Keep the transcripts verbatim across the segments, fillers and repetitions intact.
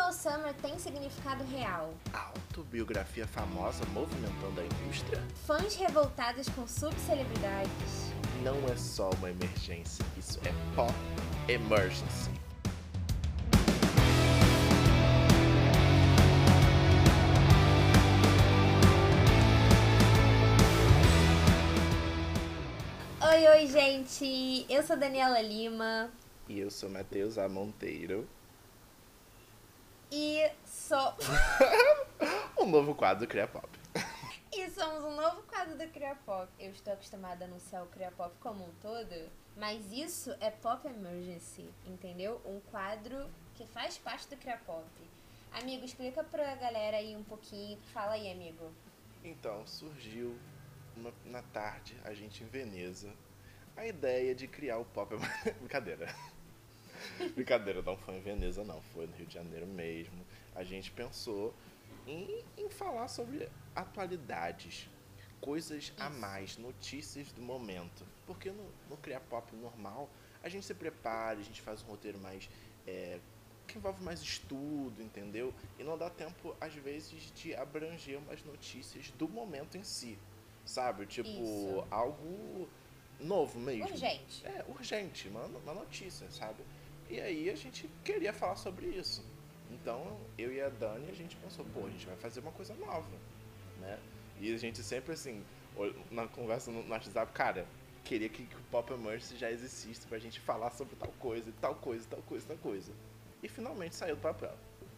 Cruel Summer tem significado real? Autobiografia famosa movimentando a indústria? Fãs revoltados com subcelebridades? Não é só uma emergência, isso é pop emergency. Oi, oi, gente! Eu sou Daniela Lima. E eu sou Matheus A. Monteiro. E sou... um novo quadro do Cria Pop. E somos um novo quadro do Cria Pop. Eu estou acostumada a anunciar o Cria Pop como um todo, mas isso é Pop Emergency, entendeu? Um quadro que faz parte do Cria Pop. Amigo, explica pra galera aí um pouquinho. Fala aí, amigo. Então, surgiu uma, na tarde, a gente em Veneza, a ideia de criar o Pop Emergency. Brincadeira. Brincadeira, não foi em Veneza, não. Foi no Rio de Janeiro mesmo. A gente pensou em, em falar sobre atualidades, coisas Isso. a mais, notícias do momento. Porque no, no Cria Pop normal, a gente se prepara, a gente faz um roteiro mais... É, que envolve mais estudo, entendeu? E não dá tempo, às vezes, de abranger umas notícias do momento em si, sabe? Tipo, Isso. algo novo mesmo. Urgente. É, urgente, uma, uma notícia, sabe? E aí a gente queria falar sobre isso. Então, eu e a Dani, a gente pensou, pô, a gente vai fazer uma coisa nova, né? E a gente sempre, assim, na conversa no WhatsApp, cara, queria que, que o Pop Emergency já existisse pra gente falar sobre tal coisa, tal coisa, tal coisa, tal coisa. E finalmente saiu do papel.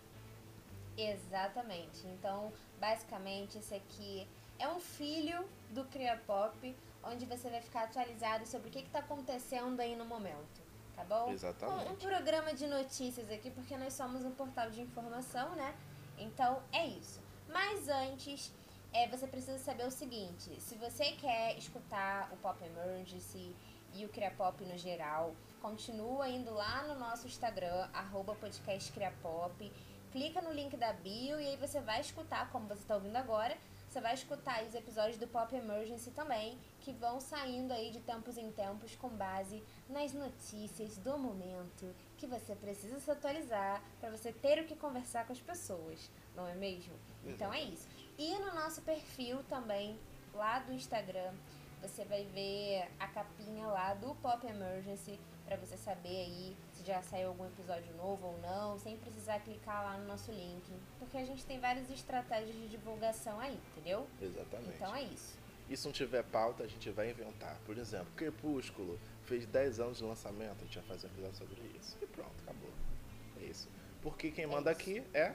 Exatamente. Então, basicamente, esse aqui é um filho do Cria Pop, onde você vai ficar atualizado sobre o que está acontecendo aí no momento. Tá bom? Exatamente. Um, um programa de notícias aqui, porque nós somos um portal de informação, né? Então, é isso. Mas antes, é, você precisa saber o seguinte. Se você quer escutar o Pop Emergency e o Cria Pop no geral, continua indo lá no nosso Instagram, arroba podcast Cria Pop. Clica no link da bio e aí você vai escutar, como você está ouvindo agora, você vai escutar aí os episódios do Pop Emergency também, que vão saindo aí de tempos em tempos com base nas notícias do momento que você precisa se atualizar para você ter o que conversar com as pessoas, não é mesmo? Então é isso. E no nosso perfil também, lá do Instagram, você vai ver a capinha lá do Pop Emergency para você saber aí se já saiu algum episódio novo ou não, sem precisar clicar lá no nosso link, porque a gente tem várias estratégias de divulgação aí, entendeu? Exatamente. Então é isso. E se não tiver pauta, a gente vai inventar. Por exemplo, Crepúsculo fez dez anos de lançamento, a gente vai fazer um episódio sobre isso. E pronto, acabou. É isso. Porque quem manda é aqui é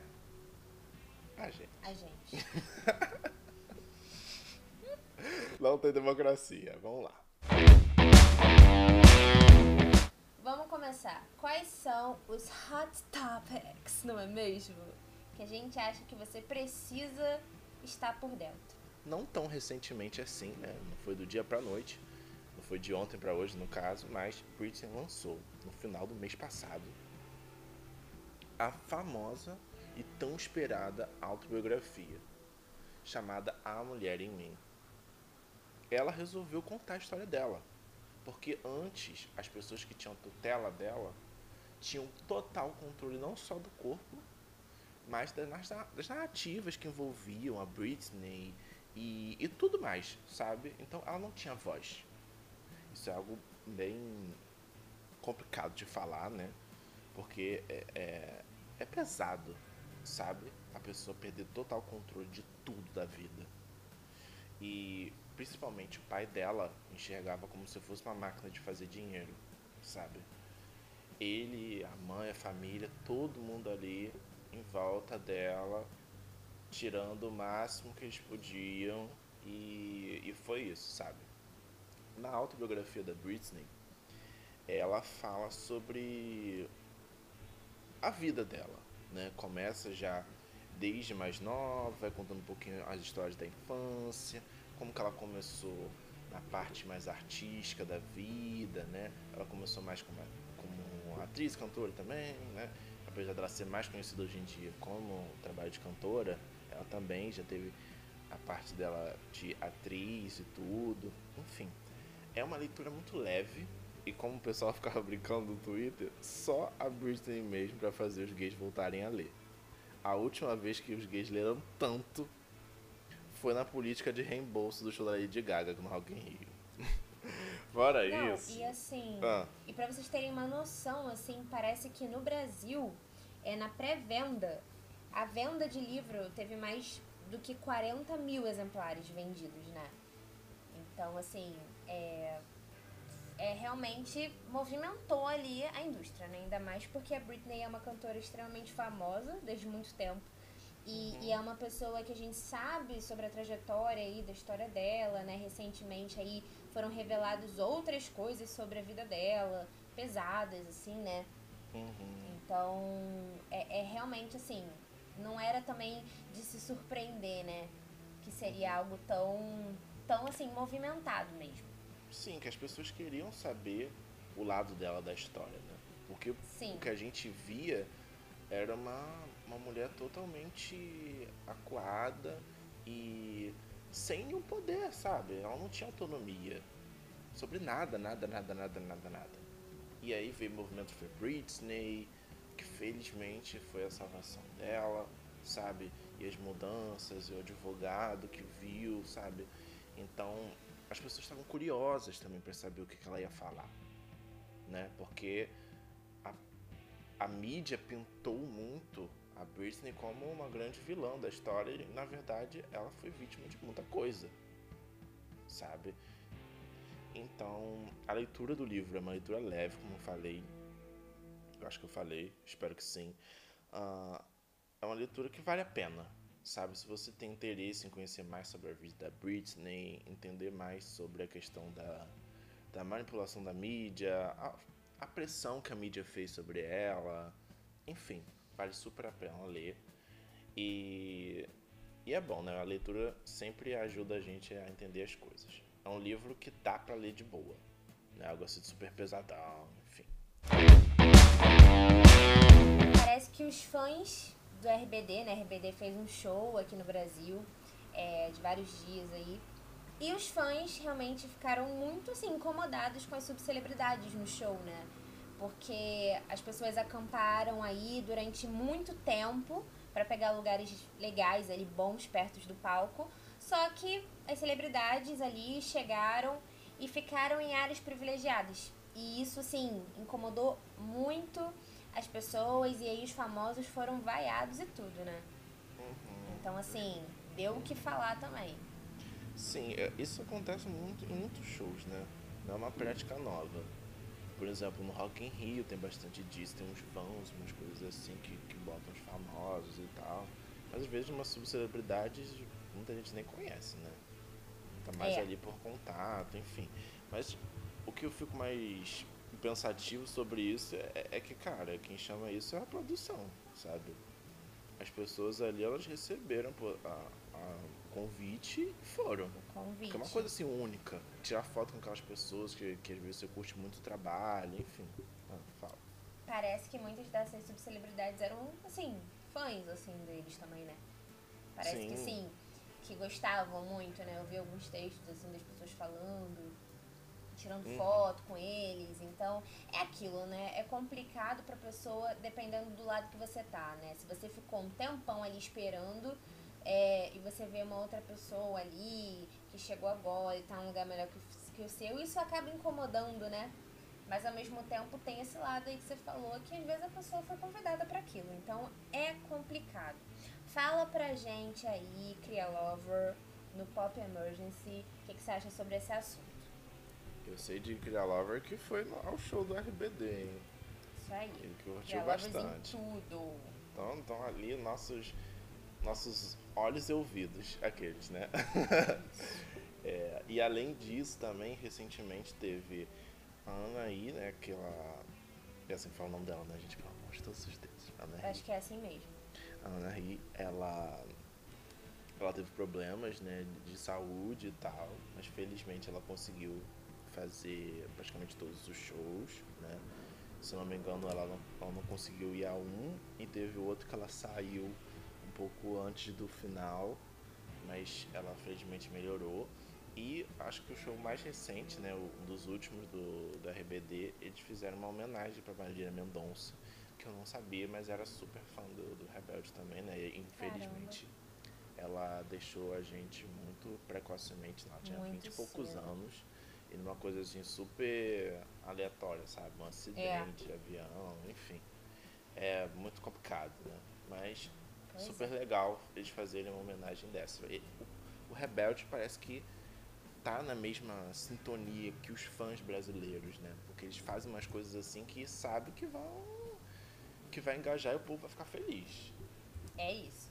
a gente. A gente. Não tem democracia. Vamos lá. Vamos começar. Quais são os hot topics, não é mesmo? Que a gente acha que você precisa estar por dentro. Não tão recentemente assim, né? Não foi do dia pra noite. Não foi de ontem pra hoje, no caso. Mas Britney lançou, no final do mês passado, a famosa e tão esperada autobiografia, chamada A Mulher em Mim. Ela resolveu contar a história dela. Porque antes, as pessoas que tinham tutela dela tinham total controle não só do corpo, mas das, das narrativas que envolviam a Britney e, e tudo mais, sabe? Então ela não tinha voz. Isso é algo bem complicado de falar, né? Porque é, é, é pesado, sabe? A pessoa perder total controle de tudo da vida. E principalmente o pai dela enxergava como se fosse uma máquina de fazer dinheiro, sabe? Ele, a mãe, a família, todo mundo ali em volta dela, tirando o máximo que eles podiam, e, e foi isso, sabe? Na autobiografia da Britney, ela fala sobre a vida dela, né? Começa já desde mais nova, vai contando um pouquinho as histórias da infância, como que ela começou na parte mais artística da vida, né? Ela começou mais como, como atriz, cantora também, né? Apesar dela ser mais conhecida hoje em dia como trabalho de cantora, ela também já teve a parte dela de atriz e tudo. Enfim, é uma leitura muito leve e, como o pessoal ficava brincando no Twitter, só a Britney mesmo pra fazer os gays voltarem a ler. a última vez que os gays leram tanto foi na política de reembolso do show da Lady Gaga no Rock in Rio. Fora Não, isso... e assim, Ah, e pra vocês terem uma noção, assim, parece que no Brasil, é na pré-venda, a venda de livro teve mais do que quarenta mil exemplares vendidos, né? Então, assim, é, é realmente movimentou ali a indústria, né? Ainda mais porque a Britney é uma cantora extremamente famosa desde muito tempo. E, e é uma pessoa que a gente sabe sobre a trajetória aí, da história dela, né? Recentemente aí foram reveladas outras coisas sobre a vida dela, pesadas, assim, né? uhum. Então, é, é realmente assim, não era também de se surpreender, né? Que seria algo tão, tão assim, movimentado mesmo. Sim, que as pessoas queriam saber o lado dela da história, né? Porque o Sim, que a gente via era uma, uma mulher totalmente acuada e sem nenhum poder, sabe? Ela não tinha autonomia sobre nada, nada, nada, nada, nada, nada. E aí veio o movimento for Britney, que felizmente foi a salvação dela, sabe? E as mudanças, e o advogado que viu, sabe? Então as pessoas estavam curiosas também para saber o que, que ela ia falar, né? Porque a, a mídia pintou muito a Britney como uma grande vilã da história e na verdade ela foi vítima de muita coisa, sabe? Então a leitura do livro é uma leitura leve, como eu falei. Eu acho que eu falei, espero que sim. Ah, é uma leitura que vale a pena, sabe? Se você tem interesse em conhecer mais sobre a vida da Britney, entender mais sobre a questão da, da manipulação da mídia, a, a pressão que a mídia fez sobre ela, enfim, vale super a pena ler. E, e é bom, né? A leitura sempre ajuda a gente a entender as coisas. É um livro que dá pra ler de boa, né? Algo assim de super pesadão, enfim. parece que os fãs do R B D, né? R B D fez um show aqui no Brasil, é, de vários dias aí. E os fãs realmente ficaram muito, assim, incomodados com as subcelebridades no show, né? Porque as pessoas acamparam aí durante muito tempo para pegar lugares legais ali, bons, perto do palco. Só que as celebridades ali chegaram e ficaram em áreas privilegiadas. E isso, assim, incomodou muito as pessoas e aí os famosos foram vaiados e tudo, né? Então, assim, deu o que falar também. Sim, é, isso acontece muito em muitos shows, né? Não é uma prática nova. Por exemplo, no Rock in Rio tem bastante disso, tem uns vãos, umas coisas assim que, que botam os famosos e tal. Mas às vezes uma subcelebridade muita gente nem conhece, né? Tá mais É, ali por contato, enfim. Mas o que eu fico mais pensativo sobre isso é, é que, cara, quem chama isso é a produção, sabe? As pessoas ali, elas receberam pô, a, a convite e foram. o Que é uma convite. coisa assim única. Tirar foto com aquelas pessoas que, que às vezes você curte muito o trabalho, enfim. Ah, fala. Parece que muitas dessas subcelebridades eram, assim, fãs, assim, deles também, né? Parece que, Sim. sim, que gostavam muito, né? Eu vi alguns textos, assim, das pessoas falando, tirando Uhum. foto com eles. Então, é aquilo, né? É complicado pra pessoa, dependendo do lado que você tá, né? Se você ficou um tempão ali esperando, é, e você vê uma outra pessoa ali que chegou agora e tá num lugar melhor que, o- que o seu, isso acaba incomodando, né? Mas ao mesmo tempo tem esse lado aí que você falou que às vezes a pessoa foi convidada para aquilo. Então é complicado. Fala pra gente aí, Cria Lover, no Pop Emergency, o que, que você acha sobre esse assunto? Eu sei de Cria Lover que foi no- ao show do R B D, hein? Isso aí. Ele curtiu Cria Lovers em bastante. tudo. Então, então ali nossos, nossos olhos e ouvidos, aqueles, né? Isso. É, e além disso, também recentemente teve a Anaí, né? Aquela. É assim que fala o nome dela, né, gente? Pelo amor de todos os dedos. Eu Anaí. acho que é assim mesmo. A Anaí, ela. Ela teve problemas, né, de saúde e tal, mas felizmente ela conseguiu fazer praticamente todos os shows, né? Se eu não me engano, ela não, ela não conseguiu ir a um e teve outro que ela saiu um pouco antes do final, mas ela felizmente melhorou. E acho que o show mais recente, né, um dos últimos do, do R B D, eles fizeram uma homenagem para Marília Mendonça, que eu não sabia, mas era super fã do, do Rebelde Rebelde também, né? E, infelizmente, ela deixou a gente muito precocemente. Ela tinha Muito vinte e poucos cedo. anos. E numa coisa assim super aleatória, sabe? Um acidente, avião, enfim. É muito complicado, né? Mas Pois super é. legal eles fazerem uma homenagem dessa. E o, o Rebelde parece que tá na mesma sintonia que os fãs brasileiros, né? Porque eles fazem umas coisas assim que sabe que vão que vai engajar e o povo vai ficar feliz. É isso.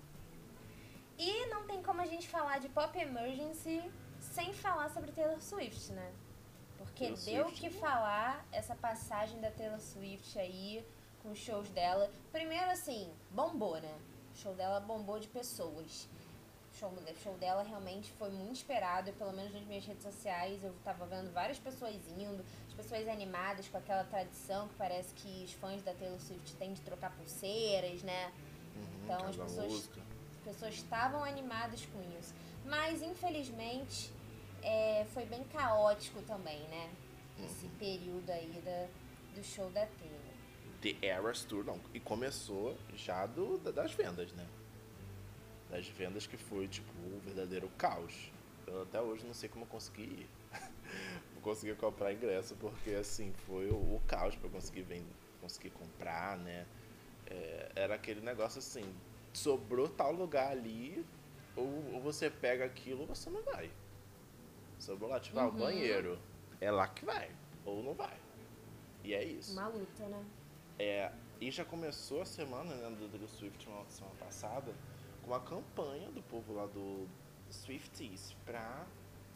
E não tem como a gente falar de Pop Emergency sem falar sobre Taylor Swift, né? Porque Taylor deu o Swift, que falar essa passagem da Taylor Swift aí com os shows dela. Primeiro, assim, bombou, né? O show dela bombou de pessoas. O show, o show dela realmente foi muito esperado, pelo menos nas minhas redes sociais. Eu tava vendo várias pessoas indo, as pessoas animadas com aquela tradição que parece que os fãs da Taylor Swift têm de trocar pulseiras, né? uhum, Então as cada pessoas música. as pessoas estavam animadas com isso. Mas, infelizmente, é, foi bem caótico também, né? Esse Uhum. período aí da, do show da Taylor. The Eras Tour, não. E começou já do, da- das vendas, né? Das vendas que foi, tipo, o verdadeiro caos. Eu até hoje não sei como eu consegui ir. Não consegui comprar ingresso, porque, assim, foi o, o caos pra conseguir, vend... conseguir comprar, né? É, era aquele negócio assim, sobrou tal lugar ali, ou, ou você pega aquilo ou você não vai. Sobrou lá, tipo, ah, o Uhum. banheiro. É lá que vai, ou não vai. E é isso. Uma luta, né? É, e já começou a semana, né, do Taylor Swift, uma semana passada, com a campanha do povo lá do Swifties pra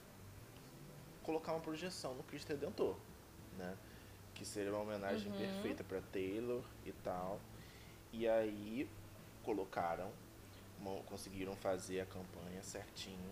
colocar uma projeção no Cristo Redentor, né? Que seria uma homenagem Uhum. perfeita pra Taylor e tal. E aí colocaram, mo- conseguiram fazer a campanha certinho.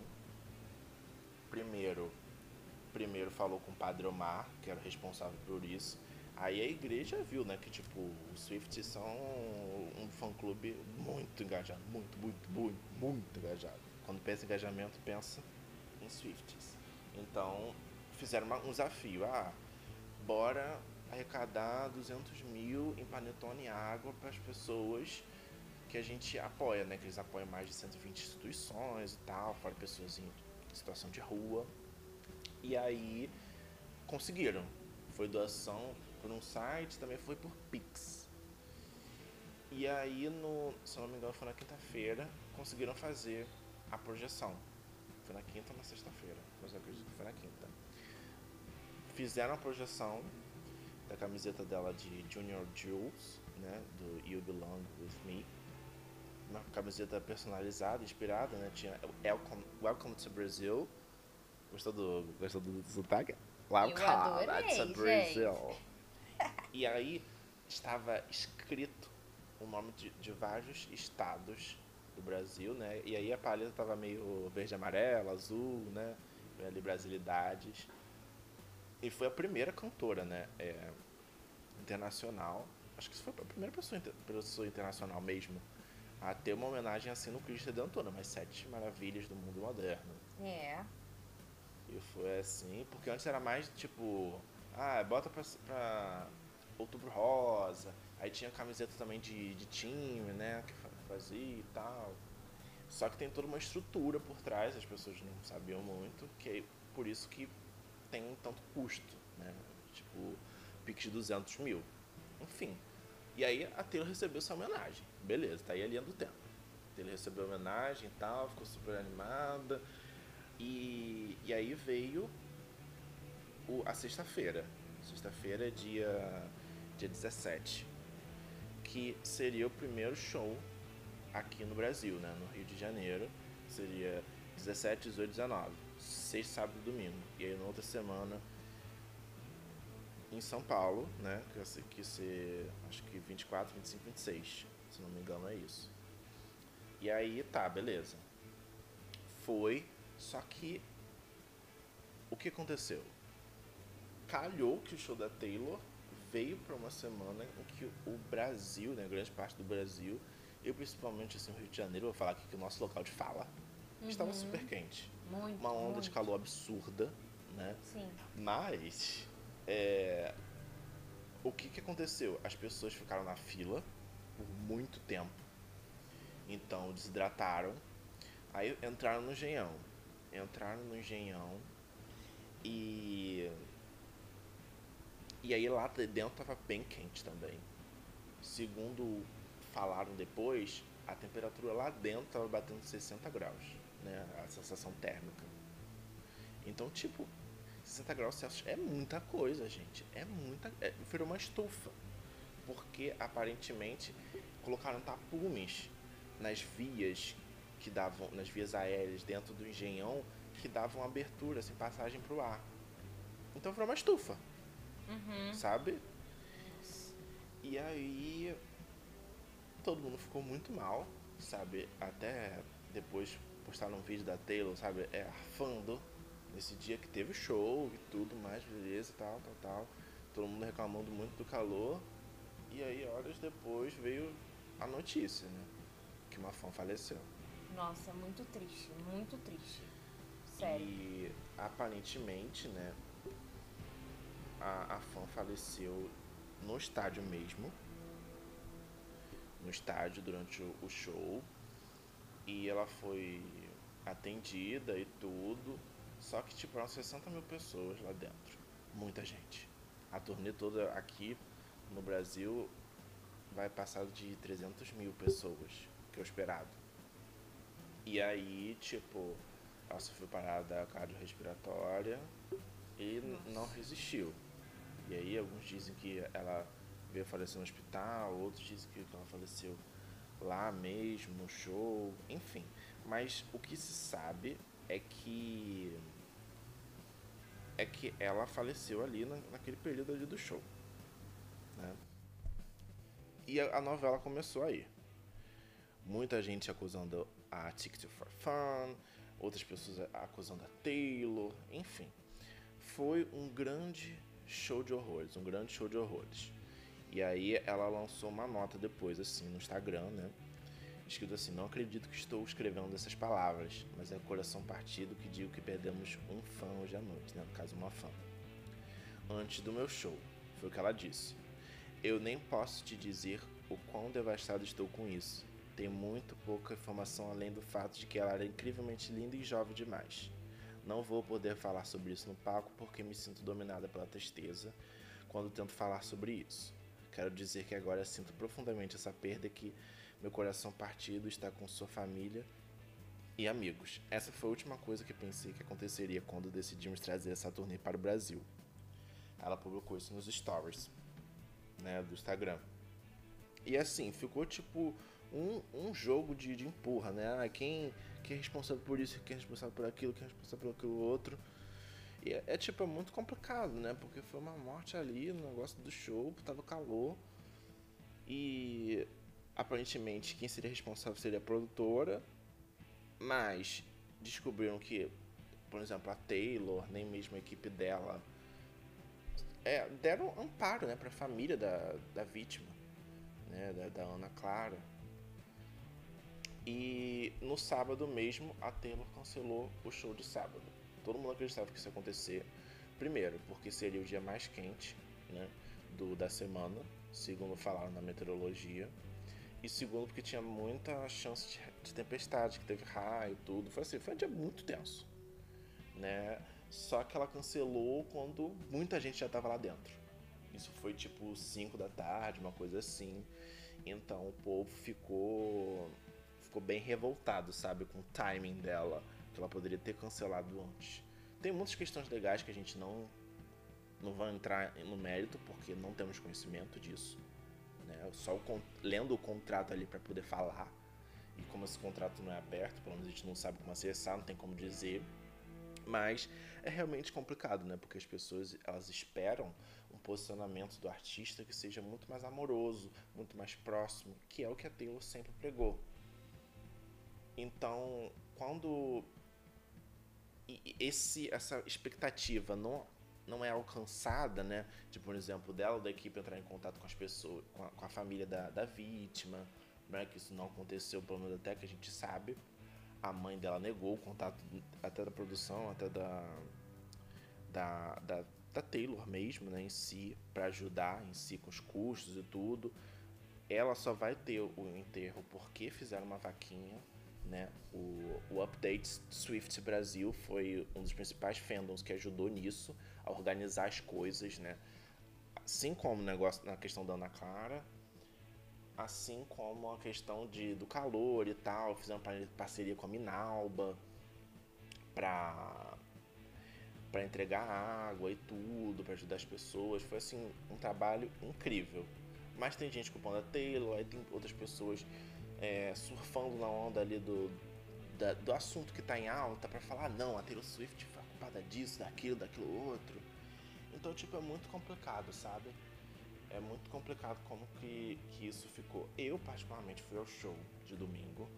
Primeiro, primeiro falou com o Padre Omar, que era o responsável por isso. Aí a igreja viu, né, que tipo, os Swifts são um fã-clube muito engajado, muito, muito, muito, muito engajado. Quando pensa em engajamento, pensa em Swifts. Então, fizeram uma- um desafio. Ah, bora arrecadar duzentos mil em panetone e água para as pessoas que a gente apoia, né? Que eles apoiam mais de cento e vinte instituições e tal, fora pessoas em situação de rua. E aí conseguiram. Foi doação por um site, também foi por Pix. E aí, no, se eu não me engano, foi na quinta-feira, conseguiram fazer a projeção. Foi na quinta ou na sexta-feira, mas eu acredito que foi na quinta. Fizeram a projeção da camiseta dela de Junior Jules, né? Do You Belong With Me. Uma camiseta personalizada, inspirada, né? Tinha Welcome, Welcome to Brazil. Gostou do, gostou do, do sotaque? Eu Welcome to adorei, gente. Brazil. E aí estava escrito o nome de, de vários estados do Brasil, né? E aí a paleta estava meio verde, amarelo, azul, né? Ali brasilidades. E foi a primeira cantora, né? É, internacional. Acho que isso foi a primeira pessoa, pessoa internacional mesmo a ter uma homenagem assim no Cristo Redentor, umas sete maravilhas do mundo moderno. É. E foi assim, porque antes era mais tipo, ah, bota pra, pra Outubro Rosa, aí tinha camiseta também de, de time, né, que fazia e tal. Só que tem toda uma estrutura por trás, as pessoas não sabiam muito, que é por isso que tem um tanto custo, né, tipo, pique de duzentos mil. Enfim, e aí a Taylor recebeu essa homenagem. Beleza, tá aí a linha do tempo. A Taylor recebeu a homenagem e tal, ficou super animada. E, e aí veio o, a sexta-feira. Sexta-feira, dia, dia dezessete. Que seria o primeiro show aqui no Brasil, né? No Rio de Janeiro. Seria dezessete, dezoito, dezenove. Sexta, sábado e domingo. E aí na outra semana em São Paulo, né? Que vai ser, que ser acho que vinte e quatro, vinte e cinco, vinte e seis. Se não me engano é isso. E aí tá, beleza. Foi, só que o que aconteceu? Calhou que o show da Taylor veio para uma semana em que o Brasil, né, grande parte do Brasil, e principalmente assim, o Rio de Janeiro, vou falar aqui que o nosso local de fala, estava super Uhum. quente. Uma Muito, onda de muito. calor absurda, né? Sim. Mas é, o que, que aconteceu? As pessoas ficaram na fila por muito tempo. Então desidrataram. Aí entraram no engenhão. Entraram no engenhão e. E aí lá dentro tava bem quente também. Segundo falaram depois, a temperatura lá dentro tava batendo sessenta graus, né? A sensação térmica. Então, tipo, sessenta graus Celsius é muita coisa, gente. É muita. É, virou uma estufa. Porque aparentemente colocaram tapumes nas vias que davam, nas vias aéreas dentro do engenhão que davam abertura, assim, passagem pro ar. Então virou uma estufa, Uhum. sabe? E aí todo mundo ficou muito mal, sabe? Até depois postaram um vídeo da Taylor, sabe? É, arfando nesse dia que teve show e tudo mais, beleza, tal, tal, tal. Todo mundo reclamando muito do calor. E aí, horas depois, veio a notícia, né? Que uma fã faleceu. Nossa, muito triste, muito triste. Sério. E aparentemente, né? A, a fã faleceu no estádio mesmo. No estádio, durante o, o show. E ela foi atendida e tudo. Só que, tipo, eram sessenta mil pessoas lá dentro. Muita gente. A turnê toda aqui no Brasil vai passar de trezentas mil pessoas, que é o esperado. E aí, tipo, ela sofreu parada cardiorrespiratória e Nossa. não resistiu. E aí, alguns dizem que ela veio falecer no hospital, outros dizem que ela faleceu lá mesmo, no show, enfim. Mas o que se sabe é que é que ela faleceu ali na, naquele período ali do show, né? E a, a novela começou aí. Muita gente acusando a Ticket for Fun, outras pessoas acusando a Taylor, enfim. Foi um grande show de horrores, um grande show de horrores. E aí ela lançou uma nota depois, assim, no Instagram, né? Escrito assim: não acredito que estou escrevendo essas palavras, mas é coração partido que digo que perdemos um fã hoje à noite, né? No caso, uma fã. Antes do meu show, foi o que ela disse. Eu nem posso te dizer o quão devastado estou com isso. Tem muito pouca informação além do fato de que ela era incrivelmente linda e jovem demais. Não vou poder falar sobre isso no palco porque me sinto dominada pela tristeza quando tento falar sobre isso. Quero dizer que agora sinto profundamente essa perda e que meu coração partido está com sua família e amigos. Essa foi a última coisa que pensei que aconteceria quando decidimos trazer essa turnê para o Brasil. Ela publicou isso nos stories, né, do Instagram. E assim, ficou tipo um, um jogo de, de empurra, né? Ah, quem, quem é responsável por isso, quem é responsável por aquilo, quem é responsável por aquilo outro. E é, é tipo, é muito complicado, né? Porque foi uma morte ali no negócio do show, tava calor. E aparentemente quem seria responsável seria a produtora. Mas descobriram que, por exemplo, a Taylor, nem mesmo a equipe dela, é, deram amparo, né, pra família da, da vítima, né, da, da Ana Clara. E no sábado mesmo, a Taylor cancelou o show de sábado. Todo mundo acreditava que isso ia acontecer. Primeiro, porque seria o dia mais quente, né, do, da semana, segundo falaram na meteorologia. E segundo, porque tinha muita chance de, de tempestade, que teve raio e tudo. Foi assim, foi um dia muito tenso, né? Só que ela cancelou quando muita gente já estava lá dentro. Isso foi tipo cinco da tarde, uma coisa assim. Então o povo ficou ficou bem revoltado, sabe, com o timing dela, que ela poderia ter cancelado antes. Tem muitas questões legais que a gente não não vai entrar no mérito porque não temos conhecimento disso, né? Só o, lendo o contrato ali para poder falar. E como esse contrato não é aberto, pelo menos a gente não sabe como acessar, não tem como dizer. Mas é realmente complicado, né? Porque as pessoas, elas esperam um posicionamento do artista que seja muito mais amoroso, muito mais próximo, que é o que a Taylor sempre pregou. Então, quando esse, essa expectativa não, não é alcançada, né? Tipo, por exemplo, dela, da equipe entrar em contato com as pessoas, com a, com a família da, da vítima, né? Que isso não aconteceu, pelo menos até que a gente sabe. A mãe dela negou o contato até da produção, até da, da, da, da Taylor mesmo, né, em si, para ajudar em si com os custos e tudo. ela só vai ter o enterro porque fizeram uma vaquinha, né? O, o Update Swift Brasil foi um dos principais fandoms que ajudou nisso, a organizar as coisas, né? Assim como o negócio na questão da Ana Clara, assim como a questão de, do calor e tal, fizeram parceria com a Minalba pra, pra entregar água e tudo, pra ajudar as pessoas. Foi assim, um trabalho incrível. Mas tem gente culpando a Taylor, aí tem outras pessoas é, surfando na onda ali do, da, do assunto que tá em alta pra falar, não, a Taylor Swift foi culpada disso, daquilo, daquilo outro. Então, tipo, é muito complicado, sabe? É muito complicado como que, que isso ficou. Eu, particularmente, fui ao show de domingo,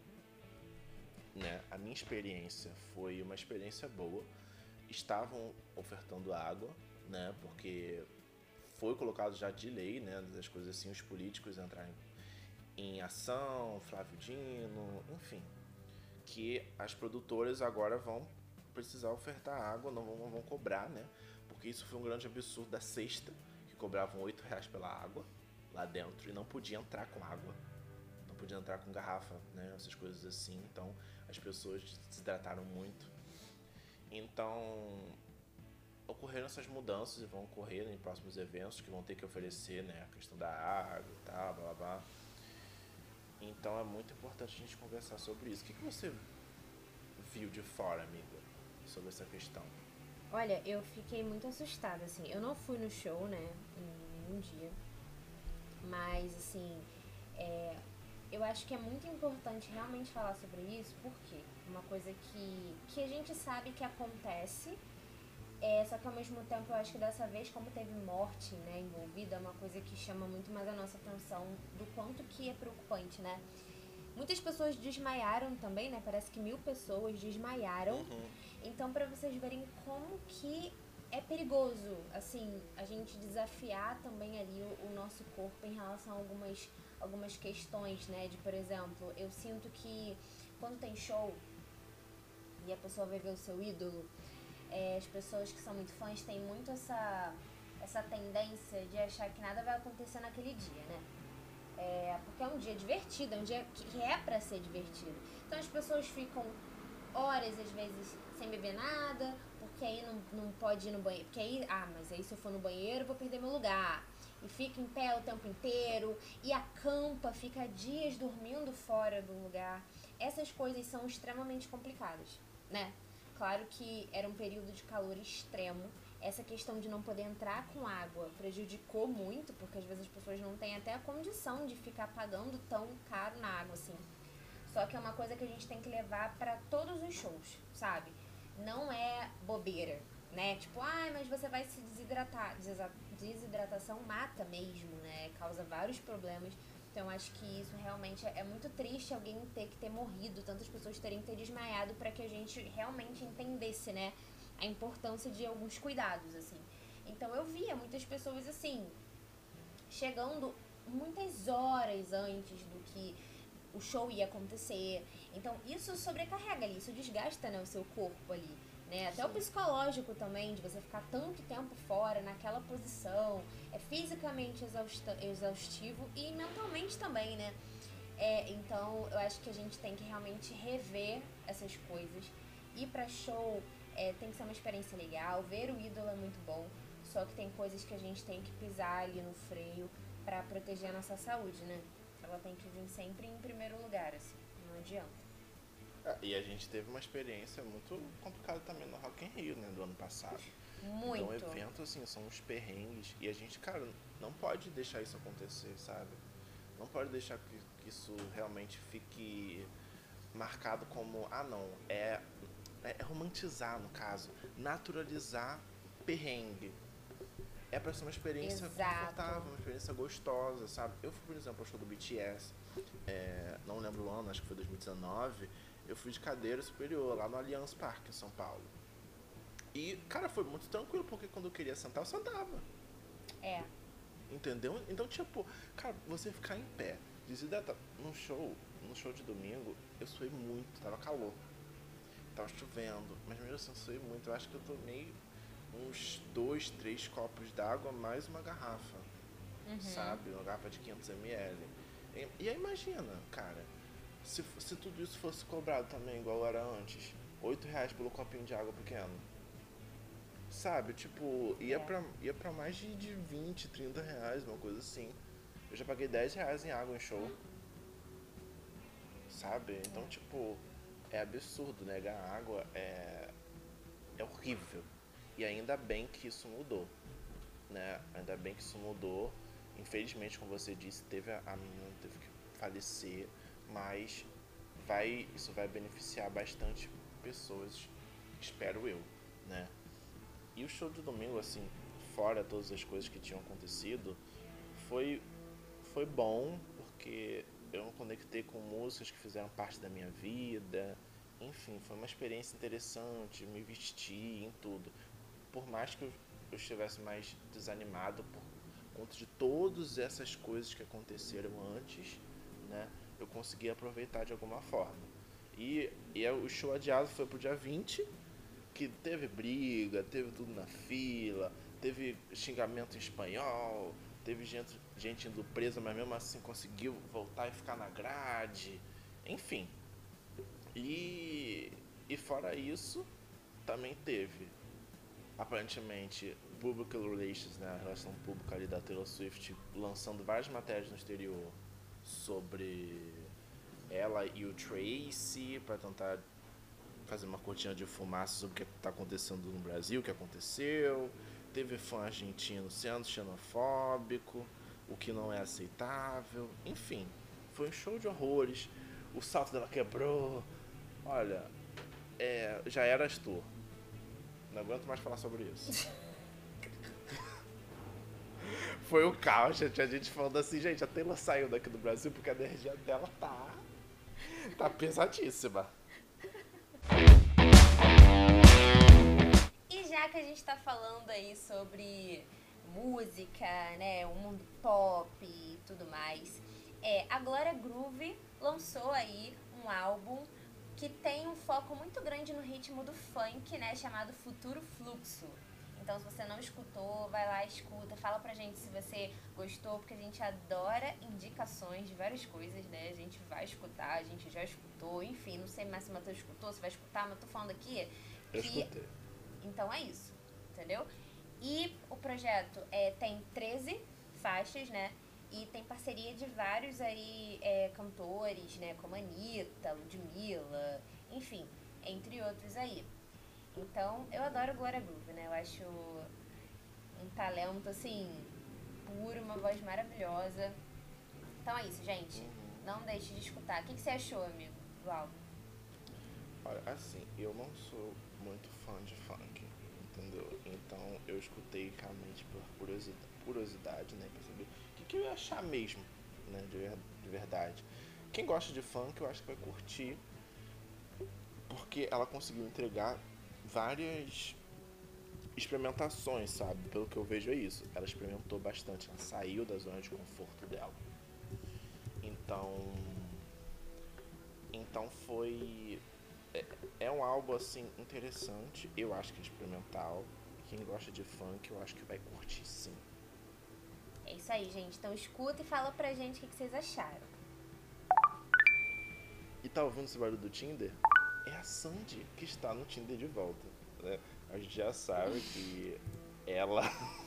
né? A minha experiência foi uma experiência boa. Estavam ofertando água, né? Porque foi colocado já de lei, né? Das coisas assim, os políticos entrarem em ação, Flávio Dino, enfim. Que as produtoras agora vão precisar ofertar água, não vão, não vão cobrar, né? Porque isso foi um grande absurdo da sexta, que cobravam oito reais pela água lá dentro e não podia entrar com água. Não podia entrar com garrafa, né? Essas coisas assim. Então as pessoas se desidrataram muito. Então ocorreram essas mudanças e vão ocorrer em próximos eventos que vão ter que oferecer, né? A questão da água e tal, blá blá blá. Então é muito importante a gente conversar sobre isso. O que, que você viu de fora, amiga, sobre essa questão? Olha, eu fiquei muito assustada, assim. Eu não fui no show, né, em nenhum dia. Mas, assim, é, eu acho que é muito importante realmente falar sobre isso, porque uma coisa que, que a gente sabe que acontece, é, só que ao mesmo tempo eu acho que dessa vez, como teve morte, né, envolvida, é uma coisa que chama muito mais a nossa atenção do quanto que é preocupante, né? Muitas pessoas desmaiaram também, né? Parece que mil pessoas desmaiaram. Uhum. Então, pra vocês verem como que é perigoso, assim, a gente desafiar também ali o, o nosso corpo em relação a algumas, algumas questões, né? De, por exemplo, eu sinto que quando tem show e a pessoa vai ver o seu ídolo, é, as pessoas que são muito fãs têm muito essa, essa tendência de achar que nada vai acontecer naquele dia, né? É, porque é um dia divertido, é um dia que é pra ser divertido. Então as pessoas ficam horas, às vezes, sem beber nada, porque aí não, não pode ir no banheiro. Porque aí, ah, mas aí se eu for no banheiro eu vou perder meu lugar. E fica em pé o tempo inteiro, e acampa, fica dias dormindo fora do lugar. Essas coisas são extremamente complicadas, né? Claro que era um período de calor extremo. Essa questão de não poder entrar com água prejudicou muito, porque às vezes as pessoas não têm até a condição de ficar pagando tão caro na água, assim. Só que é uma coisa que a gente tem que levar pra todos os shows, sabe? Não é bobeira, né? Tipo, ai, mas você vai se desidratar. Desa- Desidratação mata mesmo, né? Causa vários problemas. Então acho que isso realmente é é muito triste alguém ter que ter morrido, tantas pessoas terem que ter desmaiado pra que a gente realmente entendesse, né? A importância de alguns cuidados, assim. Então eu via muitas pessoas assim, chegando muitas horas antes do que o show ia acontecer. Então isso sobrecarrega ali, isso desgasta, né, o seu corpo ali, né? Até o Sim. psicológico também, de você ficar tanto tempo fora, naquela posição. É fisicamente exausta- exaustivo e mentalmente também, né? É, então eu acho que a gente tem que realmente rever essas coisas. Ir pra show é, tem que ser uma experiência legal, ver o ídolo é muito bom, só que tem coisas que a gente tem que pisar ali no freio pra proteger a nossa saúde, né? Ela tem que vir sempre em primeiro lugar, assim, não adianta. Ah, e a gente teve uma experiência muito complicada também no Rock in Rio, né, do ano passado. Então, o Muito. evento, assim, são os perrengues. E a gente, cara, não pode deixar isso acontecer, sabe? Não pode deixar que, que isso realmente fique marcado como, ah, não, é, é é romantizar, no caso, naturalizar perrengue. É pra ser uma experiência Exato. confortável, uma experiência gostosa, sabe? Eu fui, por exemplo, ao show do B T S, é, não lembro o ano, acho que foi dois mil e dezenove, eu fui de cadeira superior, lá no Allianz Parque, em São Paulo. E, cara, foi muito tranquilo, porque quando eu queria sentar, eu sentava. É. Entendeu? Então, tipo, cara, você ficar em pé, desidratado. No show, no show de domingo, eu suei muito, tava calor. Tava chovendo, mas mesmo assim eu suei muito. Eu acho que eu tomei uns dois, três copos d'água mais uma garrafa, Uhum. sabe? Uma garrafa de quinhentos mililitros. E, e aí imagina, cara, se, se tudo isso fosse cobrado também igual era antes, oito reais pelo copinho de água pequeno. Sabe, tipo, ia É, pra, ia pra mais de, de vinte, trinta reais, uma coisa assim. Eu já paguei dez reais em água em show, sabe? Então, é. tipo, é absurdo, negar água é, é horrível. E ainda bem que isso mudou, né? Ainda bem que isso mudou. Infelizmente, como você disse, teve a, a menina teve que falecer, mas vai, isso vai beneficiar bastante pessoas, espero eu, né? E o show de domingo, assim, fora todas as coisas que tinham acontecido, foi, foi bom, porque eu me conectei com músicas que fizeram parte da minha vida. Enfim, foi uma experiência interessante, me vestir em tudo. Por mais que eu, eu estivesse mais desanimado por conta de todas essas coisas que aconteceram antes, né? Eu consegui aproveitar de alguma forma. E, e o show adiado foi pro dia vinte, que teve briga, teve tudo na fila, teve xingamento em espanhol, teve gente, gente indo presa, mas mesmo assim conseguiu voltar e ficar na grade. Enfim. E, e fora isso, também teve, aparentemente, Public Relations, né, a relação pública ali da Taylor Swift, lançando várias matérias no exterior sobre ela e o Tracy, para tentar fazer uma cortina de fumaça sobre o que está acontecendo no Brasil, o que aconteceu. Teve fã argentino sendo xenofóbico, o que não é aceitável. Enfim, foi um show de horrores. O salto dela quebrou. Olha, é, já eras tu. Não aguento mais falar sobre isso. Foi o caos, já tinha gente falando assim, gente, a Taylor saiu daqui do Brasil porque a energia dela tá, tá pesadíssima. E já que a gente tá falando aí sobre música, né, o mundo pop e tudo mais, é, a Glória Groove lançou aí um álbum que tem um foco muito grande no ritmo do funk, né, chamado Futuro Fluxo. Então, se você não escutou, vai lá, escuta, fala pra gente se você gostou, porque a gente adora indicações de várias coisas, né? A gente vai escutar, a gente já escutou, enfim, não sei mais se o Matheus escutou, se vai escutar, mas tô falando aqui Eu que escutei. então é isso, entendeu? E o projeto é, tem treze faixas, né? E tem parceria de vários aí é, cantores, né? Como Anitta, Ludmilla, enfim, entre outros aí. Então, eu adoro Glória Groove, né? Eu acho um talento, assim, puro, uma voz maravilhosa. Então é isso, gente. Uhum. Não deixe de escutar. O que, que você achou, amigo, do álbum? Olha, assim, eu não sou muito fã de funk, entendeu? Então eu escutei realmente por curiosidade, curiosidade, né? Pra saber o que, que eu ia achar mesmo, né? De, ver- de verdade. Quem gosta de funk, eu acho que vai curtir, porque ela conseguiu entregar várias experimentações, sabe? Pelo que eu vejo é isso. Ela experimentou bastante, ela saiu da zona de conforto dela. Então, então foi é, é um álbum assim interessante, eu acho que é experimental. Quem gosta de funk, eu acho que vai curtir sim. É isso aí, gente. Então escuta e fala pra gente o que, que vocês acharam. E tá ouvindo esse barulho do Tinder? É a Sandy que está no Tinder de volta, né? A gente já sabe que ela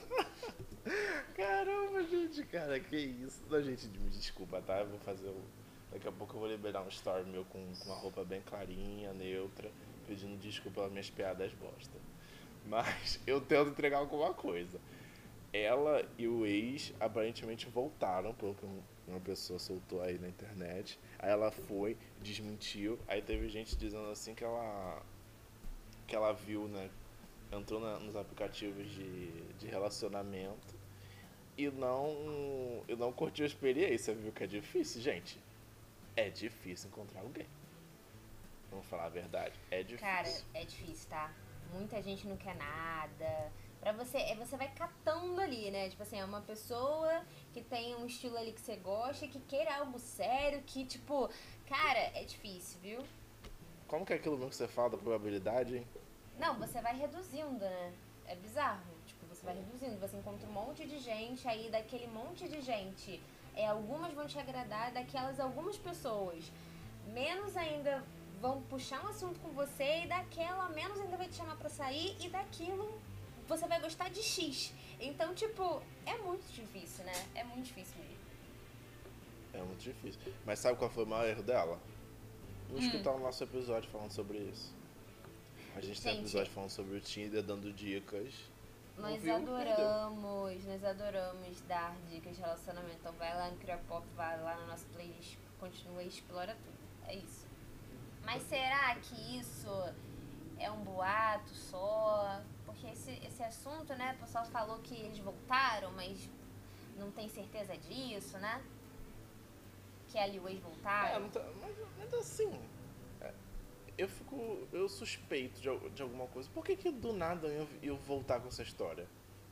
caramba, gente, cara, que isso. Não, gente, me desculpa, tá? Eu vou fazer o. Daqui a pouco eu vou liberar um story meu com, com uma roupa bem clarinha, neutra, pedindo desculpa pelas minhas piadas bosta. Mas eu tento entregar alguma coisa. Ela e o ex aparentemente voltaram, pelo que um- uma pessoa soltou aí na internet. Aí ela foi, desmentiu. Aí teve gente dizendo assim que ela que ela viu, né? Entrou na- nos aplicativos de, de relacionamento e não, e não curtiu a experiência, viu que é difícil, gente. É difícil encontrar alguém. Vamos falar a verdade, é Cara, difícil. é difícil, tá? Muita gente não quer nada. Pra você, é, você vai catando ali, né? Tipo assim, é uma pessoa que tem um estilo ali que você gosta, que queira algo sério, que tipo, cara, é difícil, viu? Como que é aquilo mesmo que você fala da probabilidade, hein? Não, você vai reduzindo, né? É bizarro. Tipo, você vai reduzindo, você encontra um monte de gente, aí daquele monte de gente, é, algumas vão te agradar, daquelas algumas pessoas menos ainda vão puxar um assunto com você, e daquela menos ainda vai te chamar pra sair, e daquilo você vai gostar de X. Então, tipo, é muito difícil, né? É muito difícil mesmo. É muito difícil. Mas sabe qual foi o maior erro dela? Não Hum. escutar o nosso episódio falando sobre isso. A gente, gente tem um episódio falando sobre o Tinder, dando dicas. Nós Ouviu, adoramos, perdeu. nós adoramos dar dicas de relacionamento. Então vai lá no Criopop, vai lá no nosso playlist, continua e explora tudo. É isso. Mas será que isso é um boato só? Porque esse, esse assunto, né, o pessoal falou que eles voltaram, mas não tem certeza disso, né? Que a Liu voltaram. É, não tá, mas, mas assim, é, eu fico, eu suspeito de, de alguma coisa. Por que que do nada eu, eu voltar com essa história?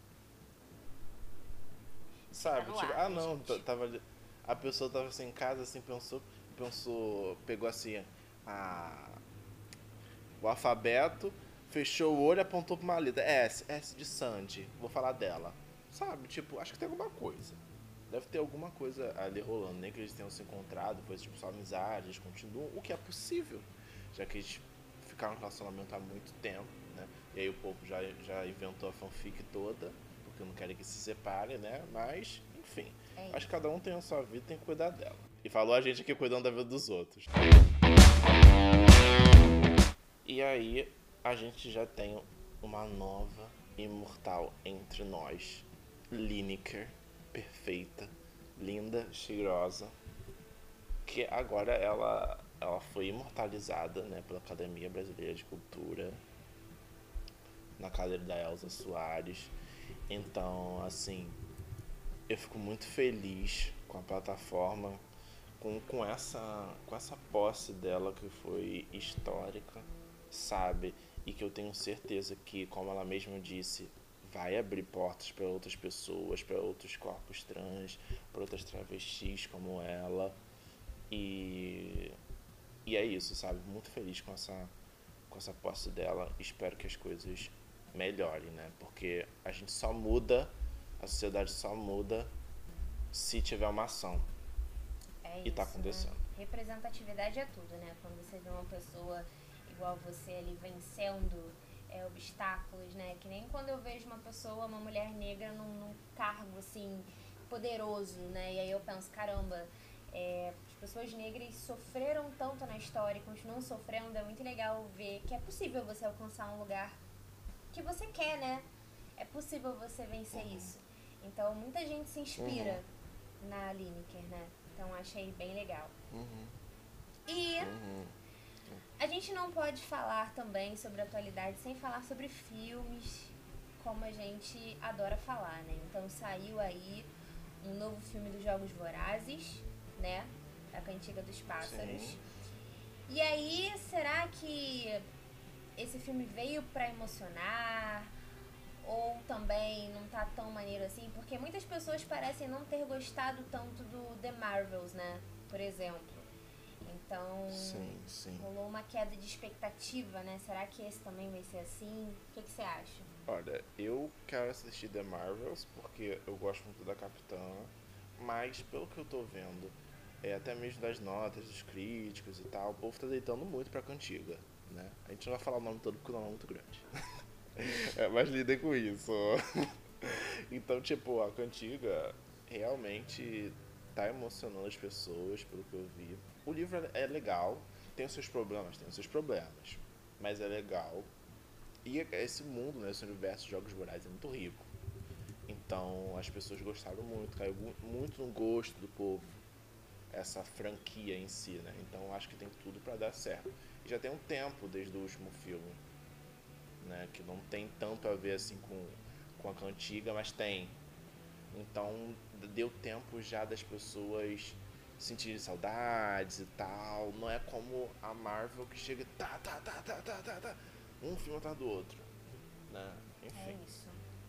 Sabe, tá tipo, ar, ah né, não, gente? tava, a pessoa tava assim em casa, assim, pensou, pensou, pegou assim, a, o alfabeto, fechou o olho e apontou pra uma letra. S, S de Sandy, vou falar dela. Sabe, tipo, acho que tem alguma coisa. Deve ter alguma coisa ali rolando, nem que eles tenham se encontrado, depois tipo só amizade, eles continuam, o que é possível, já que eles ficaram no relacionamento há muito tempo, né? E aí o povo já, já inventou a fanfic toda, porque não querem que se separem, né? Mas, enfim, É acho que cada um tem a sua vida e tem que cuidar dela. E falou a gente aqui cuidando da vida dos outros. E aí a gente já tem uma nova imortal entre nós, Lineker, perfeita, linda, cheirosa, que agora ela, ela foi imortalizada, né, pela Academia Brasileira de Cultura, na cadeira da Elza Soares. Então, assim, eu fico muito feliz com a plataforma, com, com, essa, com essa posse dela que foi histórica, sabe? E que eu tenho certeza que, como ela mesma disse, vai abrir portas para outras pessoas, para outros corpos trans, para outras travestis como ela. E, e é isso, sabe? Muito feliz com essa, com essa posse dela. Espero que as coisas melhorem, né? Porque a gente só muda, a sociedade só muda se tiver uma ação. É e isso, tá acontecendo. Né? Representatividade é tudo, né? Quando você vê uma pessoa igual você ali vencendo é, obstáculos, né? Que nem quando eu vejo uma pessoa, uma mulher negra num, num cargo, assim, poderoso, né? E aí eu penso, caramba, é, as pessoas negras sofreram tanto na história e continuam sofrendo. É muito legal ver que é possível você alcançar um lugar que você quer, né? É possível você vencer uhum. isso. Então, muita gente se inspira uhum. na Lineker, né? Então, achei bem legal. Uhum. E uhum. a gente não pode falar também sobre a atualidade sem falar sobre filmes, como a gente adora falar, né? Então, saiu aí um novo filme dos Jogos Vorazes, né? A Cantiga dos Pássaros. Sim. E aí, será que esse filme veio pra emocionar? Ou também não tá tão maneiro assim? Porque muitas pessoas parecem não ter gostado tanto do The Marvels, né? Por exemplo. Então, sim, sim. rolou uma queda de expectativa, né? Será que esse também vai ser assim? O que, que você acha? Olha, eu quero assistir The Marvels porque eu gosto muito da Capitã, mas pelo que eu tô vendo, é, até mesmo das notas, dos críticos e tal, o povo tá deitando muito pra Cantiga, né? A gente não vai falar o nome todo porque o nome é muito grande. É, mas lidem com isso. Então, tipo, a Cantiga realmente tá emocionando as pessoas, pelo que eu vi. O livro é legal, tem os seus problemas, tem os seus problemas, mas é legal. E esse mundo, né, esse universo de Jogos Vorazes é muito rico. Então, as pessoas gostaram muito, caiu muito no gosto do povo, essa franquia em si, né? Então, acho que tem tudo pra dar certo. E já tem um tempo desde o último filme, né, que não tem tanto a ver assim com, com a Cantiga, mas tem. Então deu tempo já das pessoas sentirem saudades e tal. Não é como a Marvel que chega tá, tá, tá, tá, tá, tá, tá, um filme atrás do outro, né? Enfim. É isso.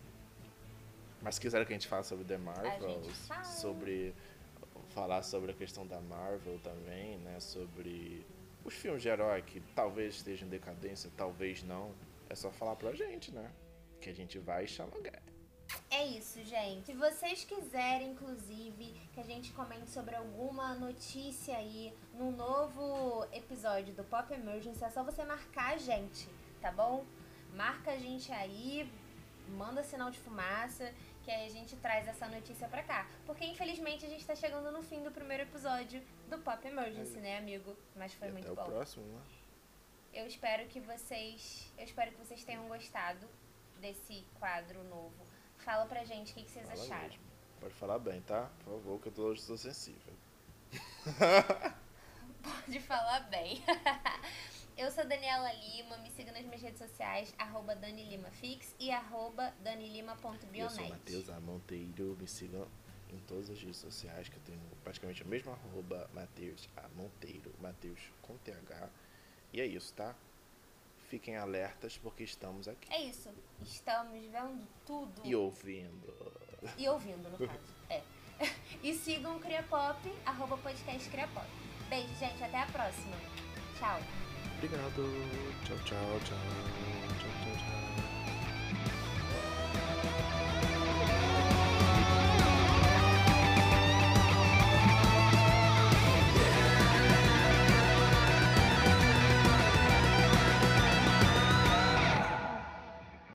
Mas se quiser que a gente fale sobre The Marvels, fala. sobre falar sobre a questão da Marvel também, né, sobre os filmes de herói que talvez estejam em decadência, talvez não. É só falar pra gente, né? Que a gente vai xalogar. É isso, gente. Se vocês quiserem, inclusive, que a gente comente sobre alguma notícia aí no novo episódio do Pop Emergency, é só você marcar a gente, tá bom? Marca a gente aí, manda sinal de fumaça, que aí a gente traz essa notícia pra cá. Porque, infelizmente, a gente tá chegando no fim do primeiro episódio do Pop Emergency, é. né, amigo? Mas foi e muito até bom. Até o próximo, né? Eu espero que vocês, eu espero que vocês tenham gostado desse quadro novo. Fala pra gente o que, que vocês Fala acharam. Mesmo. Pode falar bem, tá? Por favor, que eu tô, hoje sou sensível. Pode falar bem. Eu sou Daniela Lima, me siga nas minhas redes sociais, arroba DaniLimaFix e arroba danilima.bionet. Eu sou Matheus A. Monteiro, me sigam em todas as redes sociais, que eu tenho praticamente a mesma arroba Matheus A. Monteiro, Matheus com T H. E é isso, tá? Fiquem alertas porque estamos aqui. É isso. Estamos vendo tudo. E ouvindo. E ouvindo, no caso. É. E sigam o Criapop, arroba podcast Criapop. Beijo, gente. Até a próxima. Tchau. Obrigado. Tchau, tchau, tchau. Tchau, tchau, tchau.